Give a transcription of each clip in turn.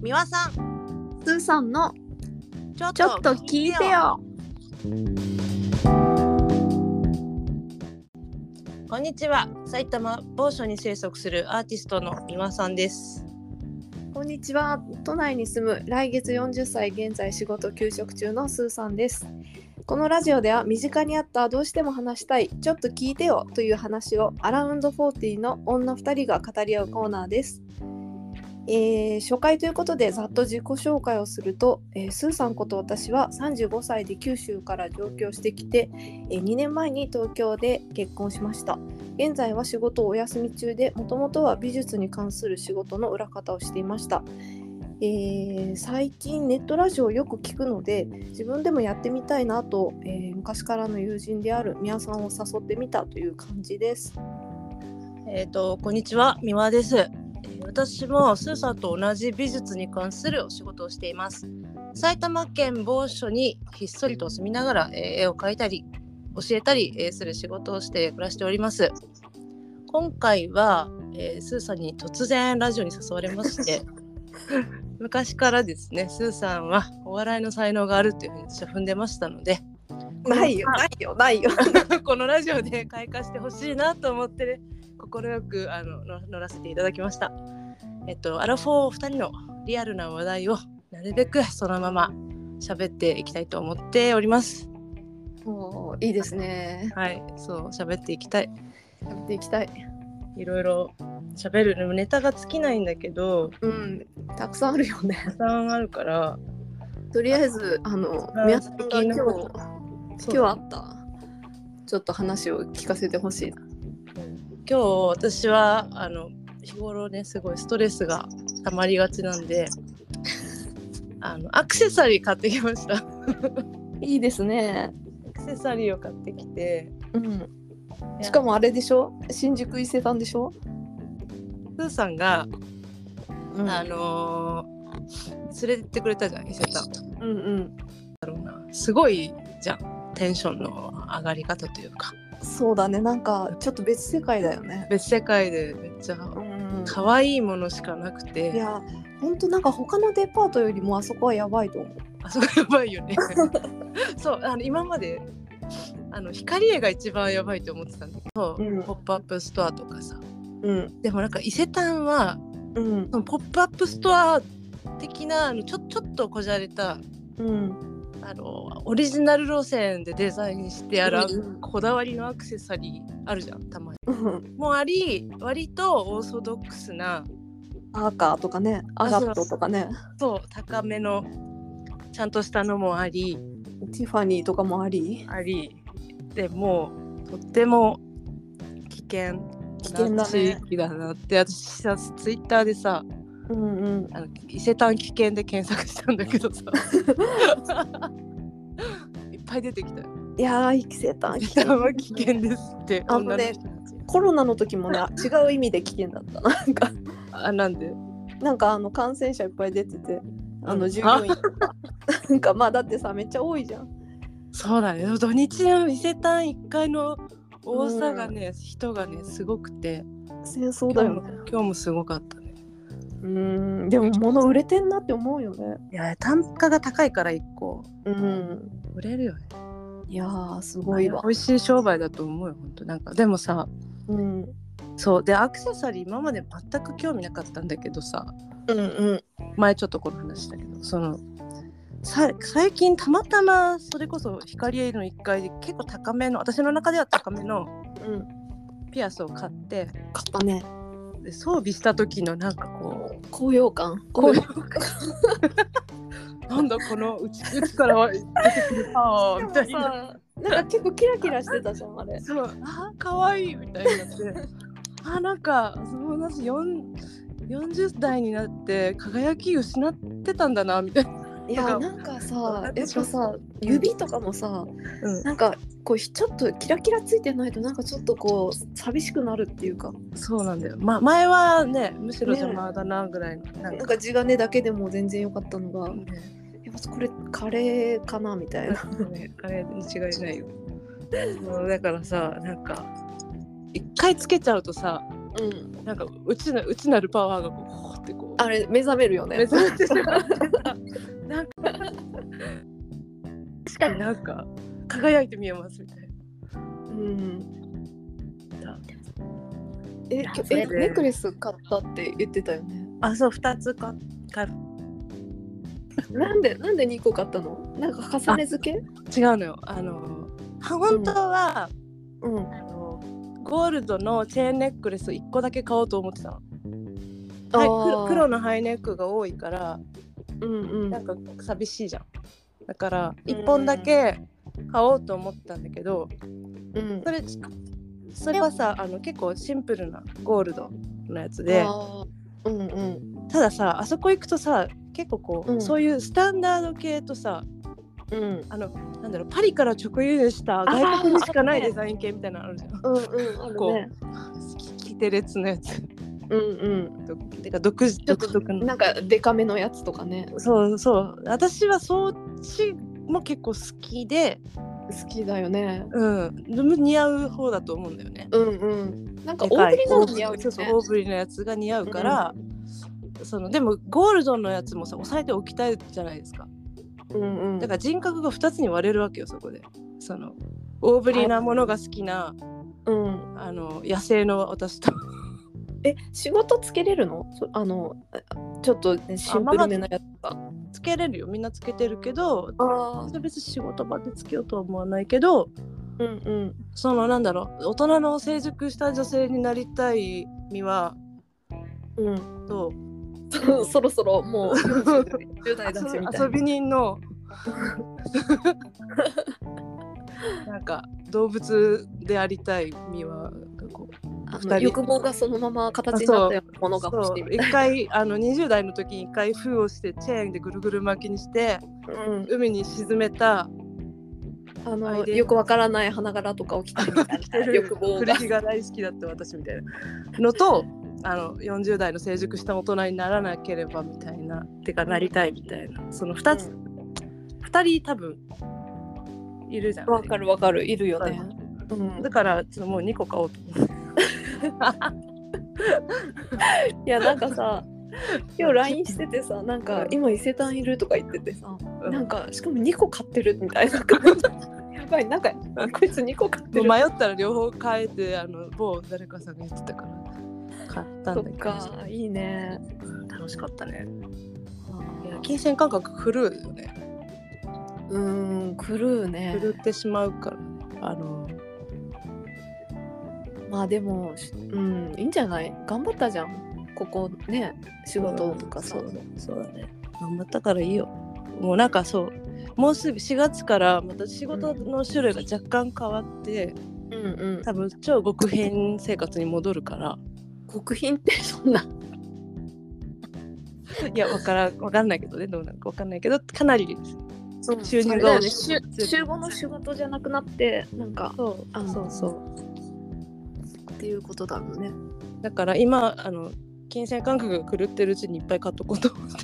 みわさん、 スーさんのちょっちょっと聞いてよ。 こんにちは。埼玉某所に生息するアーティストのみわさんです。 こんにちは。都内に住む来月40歳現在仕事休職中のスーさんです。このラジオでは身近にあったどうしても話したいちょっと聞いてよという話をアラウンド40の女2人が語り合うコーナーです。初回ということでざっと自己紹介をすると、スーさんこと私は35歳で九州から上京してきて、2年前に東京で結婚しました。現在は仕事をお休み中で、もともとは美術に関する仕事の裏方をしていました。最近ネットラジオをよく聞くので自分でもやってみたいなと、昔からの友人であるみわさんを誘ってみたという感じです。 こんにちは、みわです。私もスーさんと同じ美術に関するお仕事をしています。埼玉県某所にひっそりと住みながら、絵を描いたり教えたり、する仕事をして暮らしております。今回は、スーさんに突然ラジオに誘われまして昔からですね、スーさんはお笑いの才能があるっていうふうに私は踏んでましたので、 ないよこのラジオで開花してほしいなと思って、ね、快く乗らせていただきました。アラフォー2人のリアルな話題をなるべくそのまま喋っていきたいと思っております。 いいですね。 はい、そう喋っていきたい。 喋っていきたい。 いろいろ喋るネタが尽きないんだけど、 たくさんあるよね。 たくさんあるから、 とりあえず皆さんが今日あったちょっと話を聞かせてほしいな。 今日私は日頃ねすごいストレスが溜まりがちなんでアクセサリー買ってきましたいいですね。 アクセサリーを買ってきて、 しかもあれでしょ、新宿伊勢丹でしょ。 スーさんが、連れてってくれたじゃん、伊勢丹。すごいじゃん、テンションの上がり方というか。 そうだね、なんかちょっと別世界だよね。 別世界でめっちゃ可愛いものしかなくて、 いやほんとなんか他のデパートよりもあそこはやばいと思う。 あそこやばいよねそう今まで光栄が一番やばいと思ってたんだけど、ポップアップストアとかさ、でもなんか伊勢丹は、そのポップアップストア的なちょっとこじゃれた、オリジナル路線でデザインしてある、こだわりのアクセサリーあるじゃん、たまにもあり、割とオーソドックスなアーカーとかね、アガットとかね、 そう高めのちゃんとしたのもあり、 ティファニーとかもありでもとっても危険な地域だなって、私さツイッターでさ、伊勢丹危険で検索したんだけどさいっぱい出てきたよ。 いやー、伊勢丹危険ですって。 コロナの時もね違う意味で危険だったなんかなんでなんか感染者いっぱい出てて、従業員とかなんかまあだってさめっちゃ多いじゃん。 そうだね、土日の伊勢丹1階の多さがね、人がねすごくて、 戦争だよね。 今日もすごかったね。 でも物売れてんなって思うよね。 いや単価が高いから1個、売れるよね。 いやーすごいわ。 美味しい商売だと思うよ本当。なんかでもさ、そうでアクセサリー今まで全く興味なかったんだけどさ、前ちょっとこの話したけど、最近たまたまそれこそ光栄の1階で結構高めの、私の中では高めのピアスを買ったね。 で装備した時のなんか高揚感なんだこの内から出てくるパワーみたいな、 なんか結構キラキラしてたじゃんあれ。 そうかわいいみたいになってなんか私40代になって輝き失ってたんだなみたいな。 いやなんかさ、やっぱさ指とかもさ、なんかちょっとキラキラついてないとなんかちょっと寂しくなるっていうか。 そうなんだよ、前はねむしろ邪魔だなぐらいの、 なんか地金だけでも全然良かったのが、やっぱこれカレーかなみたいなカレーに違いないよだからさ、なんか一回つけちゃうとさ、なんか内なるパワーがこうってってこあれ目覚めるようね。 目覚めてしまってさなんか確かになんか輝いて見えますみたいな。それでネックレス買ったって言ってたよね。 あ、そう2つ買る。 なんで2個買ったの？なんか重ね付け？ 違うのよ。本当は、ゴールドのチェーンネックレス1個だけ買おうと思ってたの。黒のハイネックが多いから、なんか寂しいじゃん。だから1本だけ買おうと思ったんだけど、それはさ結構シンプルなゴールドのやつで、たださあそこ行くとさ結構こう、そういうスタンダード系とさ、なんだろうパリから直輸入した外国にしかないデザイン系みたいなのあるじゃん。こうキテレツのやつ。てか独特のなんかデカめのやつとかね。 そう私はそっちも結構好きで。 好きだよね。 似合う方だと思うんだよね。 なんか大ぶりの似合うよね。 大ぶりのやつが似合うから、でもゴールドのやつもさ押さえておきたいじゃないですか。だから人格が2つに割れるわけよそこで。大ぶりなものが好きな、野生の私と。 仕事つけれるの？ちょっとシンプルめなやつか。 つけれるよ、みんなつけてるけど、別に仕事場でつけようとは思わないけど、なんだろう大人の成熟した女性になりたい身は、 そろそろもう10代だしみたいな遊び人のなんか動物でありたい身はこう欲望がそのまま形になったようなものが欲しいみたいな。 一回20代の時に一回封をしてチェーンでぐるぐる巻きにして、海に沈めたよくわからない花柄とかを着たいみたいな欲望古着が大好きだった私みたいなのと40代の成熟した大人にならなければみたいなてかなりたいみたいなその2つ、2人多分いるじゃん。 わかるいるよね。 だからちょっともう2個買おうと思って。 いやなんかさ今日 LINE しててさなんか今伊勢丹いるとか言っててさ、なんかしかも2個買ってるみたいなやばいなんかこいつ2個買ってる。 迷ったら両方買えて某誰かさんが言ってたから買ったんだけど。 そっかいいね。 楽しかったね。いや金銭感覚狂うよね。 狂うね。 狂ってしまうからまあでもいいんじゃない？頑張ったじゃんここね仕事とかさ。 そうだね頑張ったからいいよ。もうなんかもうすぐ4月からまた仕事の種類が若干変わって、多分超極貧生活に戻るから。 極貧ってそんな。 いやわかんないけどねどうなるかわかんないけどかなり収入が、 週5の仕事じゃなくなってなんかっていうことだろうね。 だから今金銭感覚が狂ってるうちにいっぱい買っとこうと思って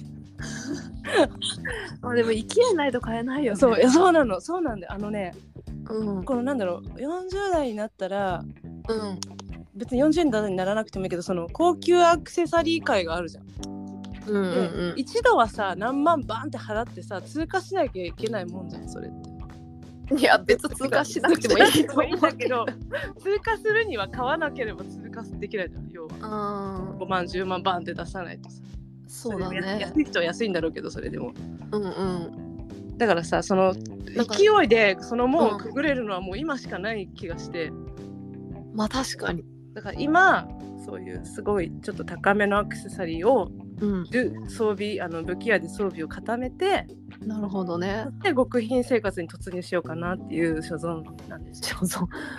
でも勢いないと買えないよね。 そうなんでこのなんだろう40代になったら、別に40代にならなくてもいいけど高級アクセサリー界があるじゃん。一度はさ何万バンって払ってさ通過しなきゃいけないもんじゃんそれって。 いや別に通過しなくてもいいんだけど通過するには買わなければ通過できないじゃん。要は5万10万バンって出さないとさ。 そうだね。 安い人は安いんだろうけどそれでもだからさ勢いでそのもうくぐれるのはもう今しかない気がして。 まあ確かに。 だから今そういうすごいちょっと高めのアクセサリーを装備武器屋で装備を固めて。 なるほどね。 で極貧生活に突入しようかなっていう所存なんですよ。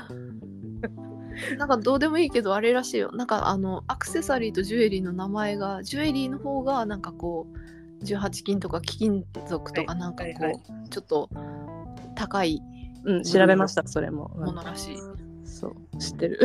なんかどうでもいいけどあれらしいよ。なんかアクセサリーとジュエリーの名前がジュエリーの方がなんかこう18金とか貴金属とかなんかこうちょっと高い。 調べましたそれも。 ものらしい。 そう知ってる。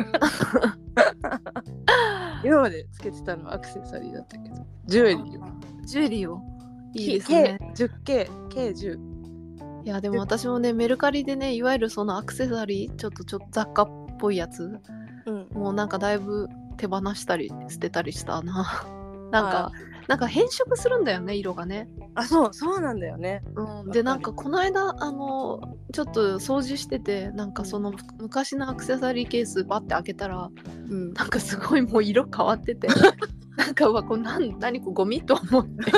今までつけてたのはアクセサリーだったけどジュエリーをいいですね。 K10 いやでも私もねメルカリでねいわゆるそのアクセサリーちょっと雑貨っぽいやつ、もうなんかだいぶ手放したり捨てたりしたな。 なんか変色するんだよね、色がね。 そうなんだよね。 でなんかこの間ちょっと掃除してて、なんかその昔のアクセサリーケースバッて開けたら、なんかすごいもう色変わっててなんかこれ何これゴミと思って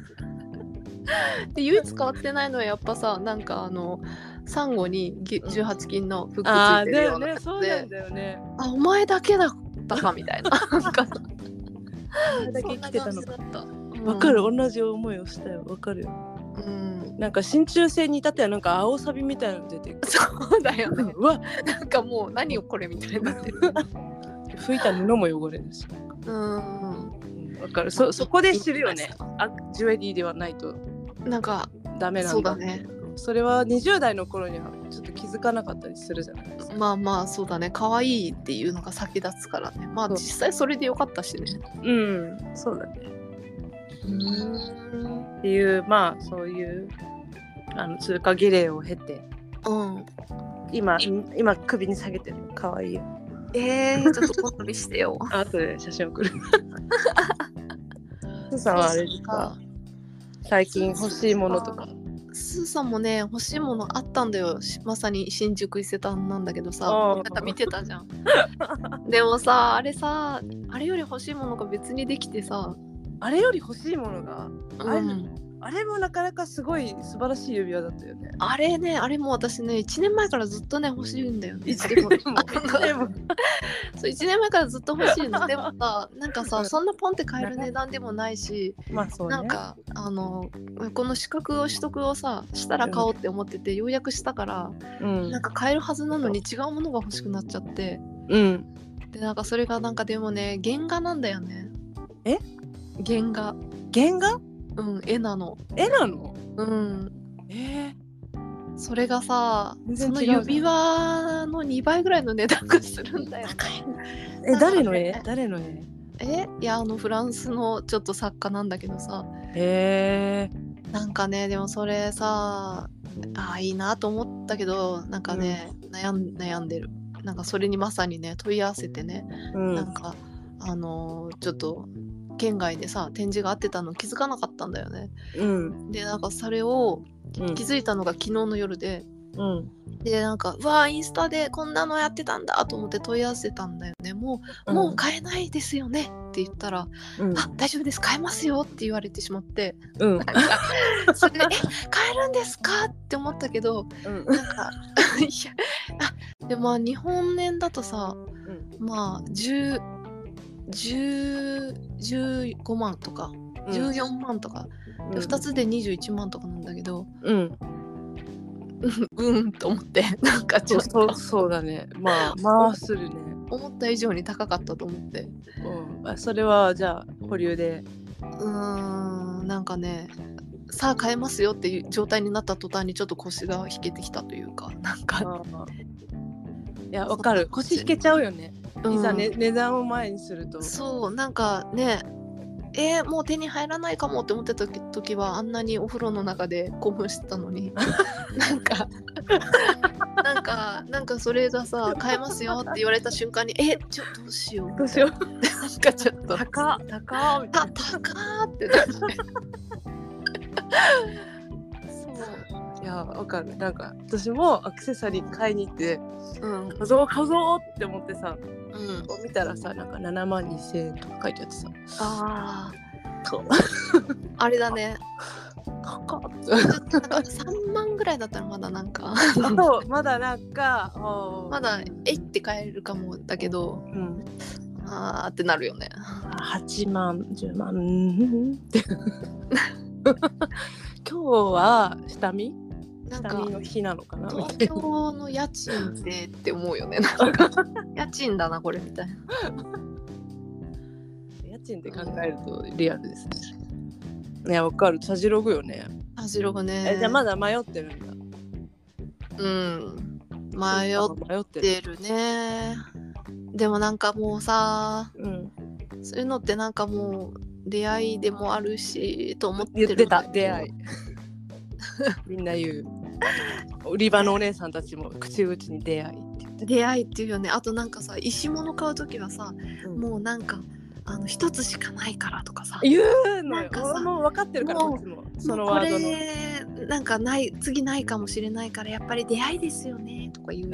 で唯一変わってないのはやっぱさ、なんかサンゴに18金の服ついてるようなやつで、 そうなんだよね。 お前だけだったかみたいななんかそれだけ来てたのか。 そんな感じだった。 わかる、同じ思いをしたよ。わかるよ。なんか真鍮製に至ってはなんか青サビみたいなの出てくる。 そうだよね。 うわ、 なんかもう何よこれみたいになってる拭いた布も汚れるし。わかる。そこで知るよね。ジュエリーではないとなんかダメなんだ。 そうだね。 それは20代の頃にはちょっと気づかなかったりするじゃないですか。 まあそうだね。可愛いっていうのが先立つからね。まあ実際それでよかったしね。 そうだね。っていう、まあそういう通過儀礼を経て、今首に下げてる。可愛いよ。 ちょっとコントにしてよ。 後で写真送る。スーさんはあれですか？最近欲しいものとか。 スーさんもね、欲しいものあったんだよ。まさに新宿伊勢丹なんだけどさ、なんか見てたじゃん。でもさ、あれより欲しいものが別にできてさ、 あれより欲しいものが、あれもなかなかすごい素晴らしい指輪だったよね。 あれも私ね、1年前からずっとね欲しいんだよね。 1年そう1年前からずっと欲しいの。でもさ、なんかさ、そんなポンって買える値段でもないし、なんかこの資格を取得をさしたら買おうって思ってて、ようやくしたから、なんか買えるはずなのに違うものが欲しくなっちゃって、でなんかそれがなんかでもね、原画なんだよね。原画？絵なの。それがさ、その指輪の2倍ぐらいの値段がするんだよ。 誰の絵？ いやフランスのちょっと作家なんだけどさ。なんかね、でもそれさ、いいなと思ったけど、なんかね、悩んでる。なんかそれにまさにね問い合わせてね、なんかちょっと県外でさ展示があってたの気づかなかったんだよね。でなんかそれを気づいたのが昨日の夜で、でなんかインスタでこんなのやってたんだと思って問い合わせたんだよね。もう買えないですよねって言ったら、大丈夫です買えますよって言われてしまって、なんかそれで買えるんですかって思ったけど、なんかでも日本円だとさ、まあ15万とか14万とか、2つで21万とかなんだけど、と思って、なんかちょっとそうだね。まあするね。 思った以上に高かったと思って、 それはじゃあ保留で。 なんかね、さあ買えますよっていう状態になった途端にちょっと腰が引けてきたというか、なんかいやわかる、腰引けちゃうよね。いざね、値段を前にすると。 そうなんかね、もう手に入らないかもって思ってた時はあんなにお風呂の中で興奮してたのになんかそれがさ買えますよって言われた瞬間にどうしようなんかちょっと高っみたいな高ってなってそういやわかる。なんか私もアクセサリー買いに行って、買うぞって思ってさ、見たらさ、なんか72,000円とか書いてあってさ、 あれだね、 高っなんか3万ぐらいだったらまだなんかまだなんかまだって買えるかもだけど、ってなるよね。 8万10万って今日は下見の日なのかな。 東京の家賃って思うよね。なんか家賃だなこれみたいな。 家賃で考えるとリアルですね。いやわかる。たじろぐよね。 たじろぐね。 じゃあまだ迷ってるんだ。 迷ってるね。でもなんかもうさ、そういうのってなんかもう出会いでもあるしと思ってる。 言ってた出会い。みんな言う。売り場のお姉さんたちも口々に出会いって言って。 出会いっていうよね。あとなんかさ、石物買うときはさ、もうなんか一つしかないからとかさ、 言うのよ。 なんかさ俺も分かってるから、 もうこっちもそのこワードの。 れなんかない次ないかもしれないからやっぱり出会いですよねとか言う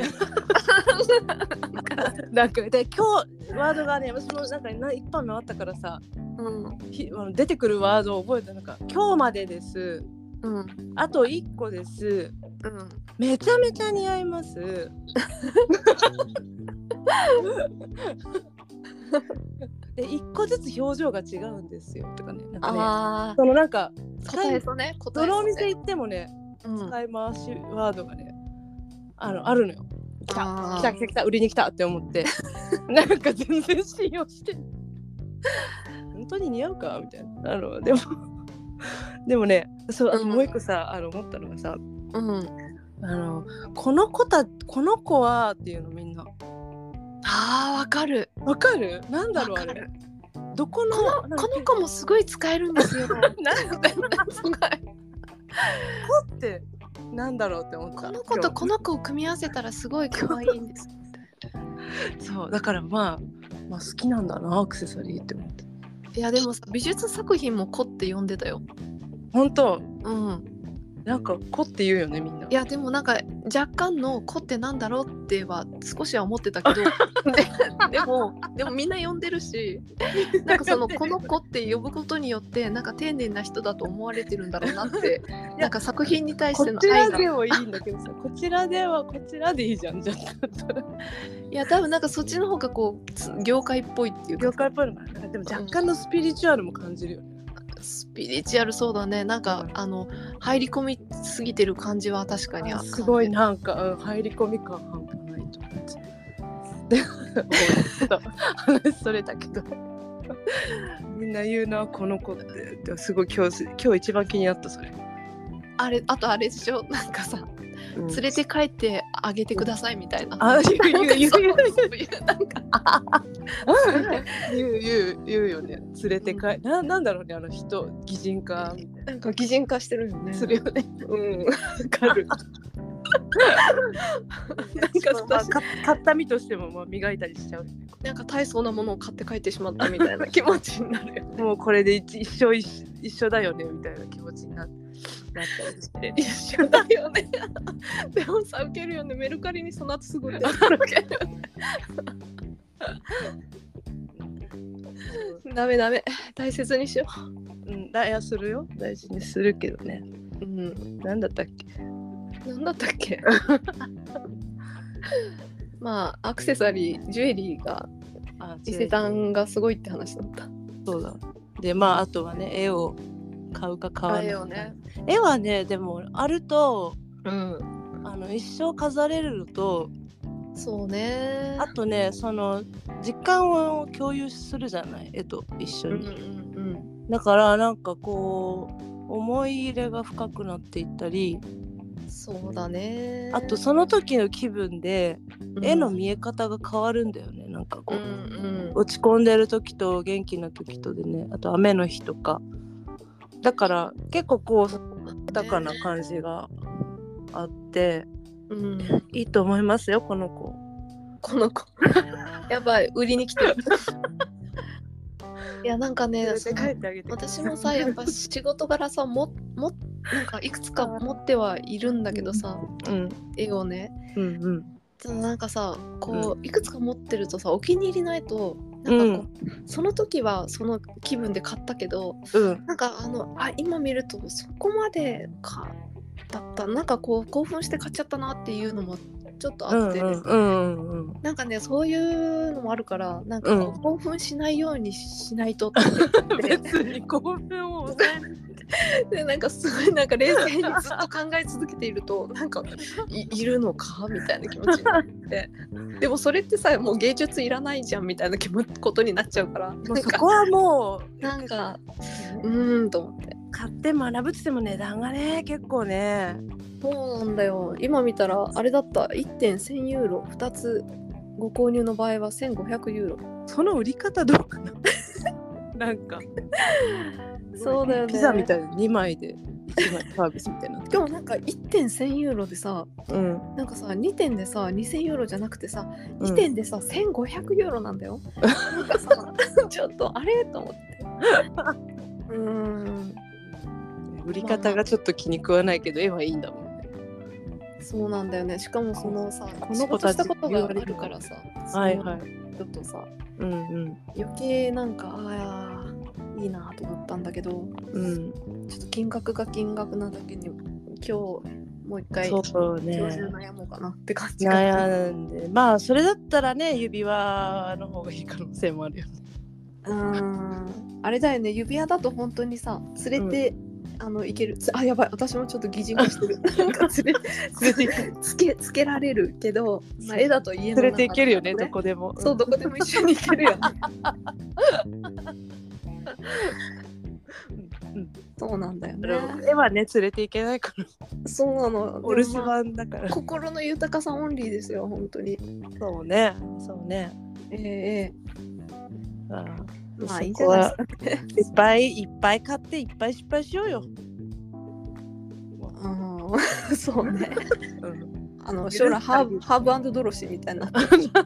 なんかで今日ワードがね、私もなんか一般のあったからさ、出てくるワードを覚えた。なんか今日までです、あと1個です、めちゃめちゃ似合いますで1個ずつ表情が違うんですよとかね。なんかね、そのなんか答えそうね。 どのお店行ってもね、使い回しワードがねあるのよ。来た売りに来たって思ってなんか全然信用して本当に似合うかみたいな。でもね、そうもう一個さ思ったのがさ、この子はっていうのみんな。 わかる。 なんだろうあれ。どこのこの子もすごい使えるんですよ。なんすごい。子ってなんだろうって思った。 この子とこの子を組み合わせたらすごい可愛いんです。 そうだからまあ好きなんだなアクセサリーって思って。 いやでもさ、美術作品も子って呼んでたよ。 本当？なんか子って言うよねみんな。 いやでもなんか若干の子ってなんだろうっては少しは思ってたけどでもみんな呼んでるし、なんかそのこの子って呼ぶことによってなんか丁寧な人だと思われてるんだろうなってなんか作品に対しての愛が。 こちらではいいんだけどさ、こちらでいいじゃん。じゃあいや多分なんかそっちの方がこう業界っぽいっていうか。 業界っぽいのかな。でも若干のスピリチュアルも感じるよね。 スピリチュアルそうだね。なんか、入り込みすぎてる感じは確かにすごいなんか、入り込み感半端ないと思ってでちょっと話それたけどみんな言うなこの子ってすごい今日一番気になった。それあとあれでしょ、なんかさ、連れて帰ってあげてくださいみたいな。 言うよね。連れて帰なんだろうね、人擬人化みたいな。 なんか擬人化してるよね。 するよね。わかる。なんか買った身としても磨いたりしちゃう。 なんか大層なものを買って帰ってしまったみたいな気持ちになるよね。 もうこれで一緒だよねみたいな気持ちになったりして。 一緒だよね。でもさ、ウケるよね。メルカリにその後すぐ売ってたらウケるよね。ダメ大切にしよう。するよ。大事にするけどね。なんだったっけまあアクセサリージュエリーが伊勢丹がすごいって話だった。 そうだ。であとはね、絵を買うか買わないか。絵はねでもあると、一生飾れるのと、 そうね。 あとね、その実感を共有するじゃない、絵と一緒に。だからなんかこう思い入れが深くなっていったり。 そうだね。 あとその時の気分で絵の見え方が変わるんだよね。なんかこう、落ち込んでる時と元気な時とでね、あと雨の日とか。だから結構こう豊かな感じがあって、いいと思いますよこの子やばい、売りに来てるいやなんかね、私もさやっぱ仕事柄さなんかいくつか持ってはいるんだけどさ、絵をね、なんかさこういくつか持ってるとさ、お気に入りないとなんかこう、その時はその気分で買ったけど、なんか今見るとそこまでだったなんかこう興奮して買っちゃったなっていうのもちょっとあって、なんかねそういうのもあるから、なんかこう、興奮しないようにしないとって別に興奮を抑えるでなんかすごいなんか冷静にずっと考え続けているとなんか いるのかみたいな気持ちになってでもそれってさもう芸術いらないじゃんみたいなことになっちゃうから、 そこはもうなんかと思って買って学ぶっても値段がね結構ね。 そうなんだよ。今見たらあれだった。1点1000ユーロ2つご購入の場合は1500ユーロ。 その売り方どうかななんかそうだよね。 ピザみたいな2枚で 1枚サービスみたいな。 しかもなんか1点1000ユーロでさ、 うんなんかさ2点でさ2000ユーロじゃなくてさうん 2点でさ1500ユーロなんだよ。なんかさちょっとあれと思って売り方がちょっと気に食わないけど絵はいいんだもんね。 そうなんだよね。しかもそのさこの子たち仕事したことがあるからさ、 はいはい。 ちょっとさうん余計なんかいいなと思ったんだけど、 うんちょっと金額が金額なだけに今日もう一回そうね。 今日中悩もうかなって感じかな。 悩んで、まあそれだったらね指輪の方がいい可能性もあるよね。 あれだよね、指輪だと本当にさ連れて、いける。やばい、私もちょっと擬人化してる。なんか連れてつけられるけど、まあ、絵だと家の中連れていけるよね、 これどこでも。 そう、どこでも一緒に行けるよね。そうなんだよね。 絵はね連れていけないからそうなの。 お留守番だから、 心の豊かさオンリーですよ、本当に。 そうねそうね。 まあいいじゃないですか。 いっぱい買っていっぱい失敗しようよ。 そうね。将来ハーブ&ドロシーみたいな。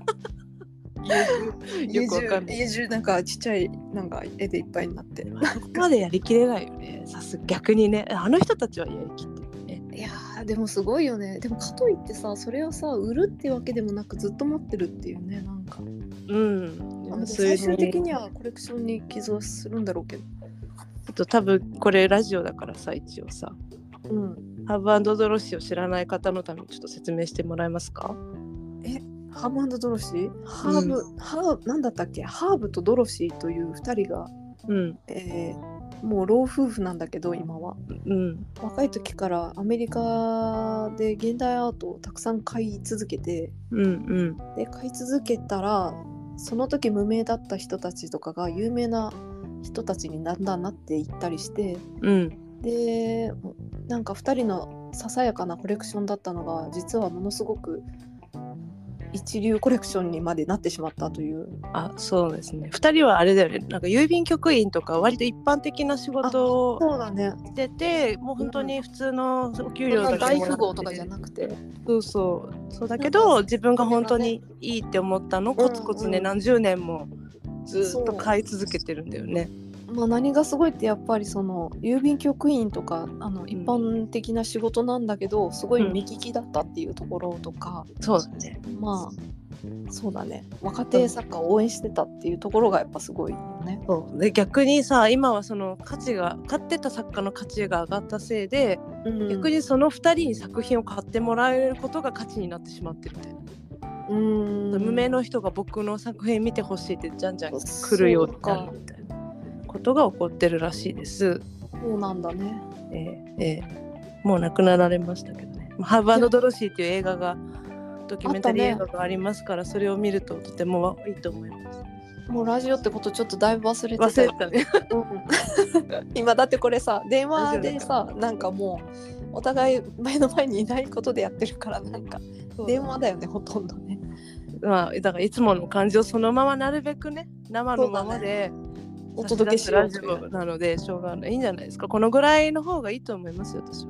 よくわかんない。家中なんかちっちゃいなんか絵でいっぱいになって。 そこまでやりきれないよね。さすが逆にね、あの人たちはやりきってるね。 いやでもすごいよね。でもかといってさ、それをさ売るっていうわけでもなくずっと持ってるっていうね、なんか。最終的にはコレクションに寄贈するんだろうけど。 多分これラジオだからさ、一応さ、ハーブ&ドロシーを知らない方のためにちょっと説明してもらえますか？ ハーブ&ドロシー？なんだったっけ？ハーブとドロシーという2人が、もう老夫婦なんだけど今は、若い時からアメリカで現代アートをたくさん買い続けて、で買い続けたらその時無名だった人たちとかが有名な人たちにだんだんなっていったりして、でなんか2人のささやかなコレクションだったのが実はものすごく一流コレクションにまでなってしまったという。 そうですね。2人はあれだよね、なんか郵便局員とか割と一般的な仕事をしてて、もう本当に普通のお給料だけ大富豪とかじゃなくて、 そうだけど自分が本当にいいって思ったのをコツコツね、何十年もずっと買い続けてるんだよね。 何がすごいってやっぱりその郵便局員とか一般的な仕事なんだけどすごい目利きだったっていうところとか、 そうだね。 そうだね、若手作家を応援してたっていうところがやっぱすごいよね。 そうで、逆にさ今はその価値が買ってた作家の価値が上がったせいで、逆にその2人に作品を買ってもらえることが価値になってしまってるみたいな。無名の人が僕の作品見てほしいってじゃんじゃん来るようになるみたいなことが起こってるらしいです。 そうなんだね。 もう亡くなられましたけどね。ハーブ&ドロシーっていう映画がドキュメンタリー映画がありますから、それを見るととてもいいと思います。 もうラジオってことちょっとだいぶ忘れてたね。 今だってこれさ電話でさなんかもうお互い目の前にいないことでやってるからなんか電話だよねほとんどね。 だからいつもの感じをそのままなるべくね生のままでお届けしようラジオなのでしょうがない、いいんじゃないですか。このぐらいの方がいいと思いますよ私は。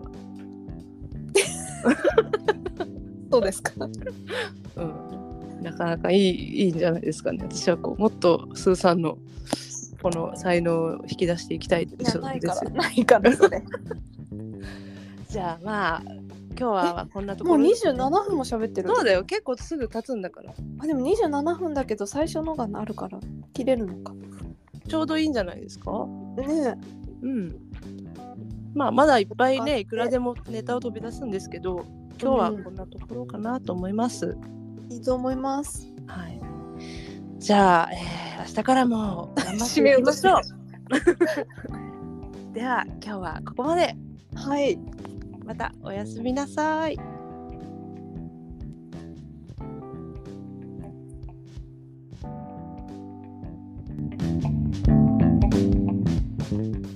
そうですか。 なかなかいいんじゃないですかね。私はもっとスーさんのこの才能を引き出していきたいですよ。 ないからそれ。 じゃあ今日はこんなところもう27分も喋ってる。 そうだよ、結構すぐ経つんだから。 でも27分だけど最初のがあるから切れるのか。 ちょうどいいんじゃないですかね。 まだいっぱいねいくらでもネタを飛び出すんですけど、今日はこんなところかなと思います。 いいと思います。 じゃあ、明日からも頑張っていきましょう。では今日はここまで。 はい。 またおやすみなさい。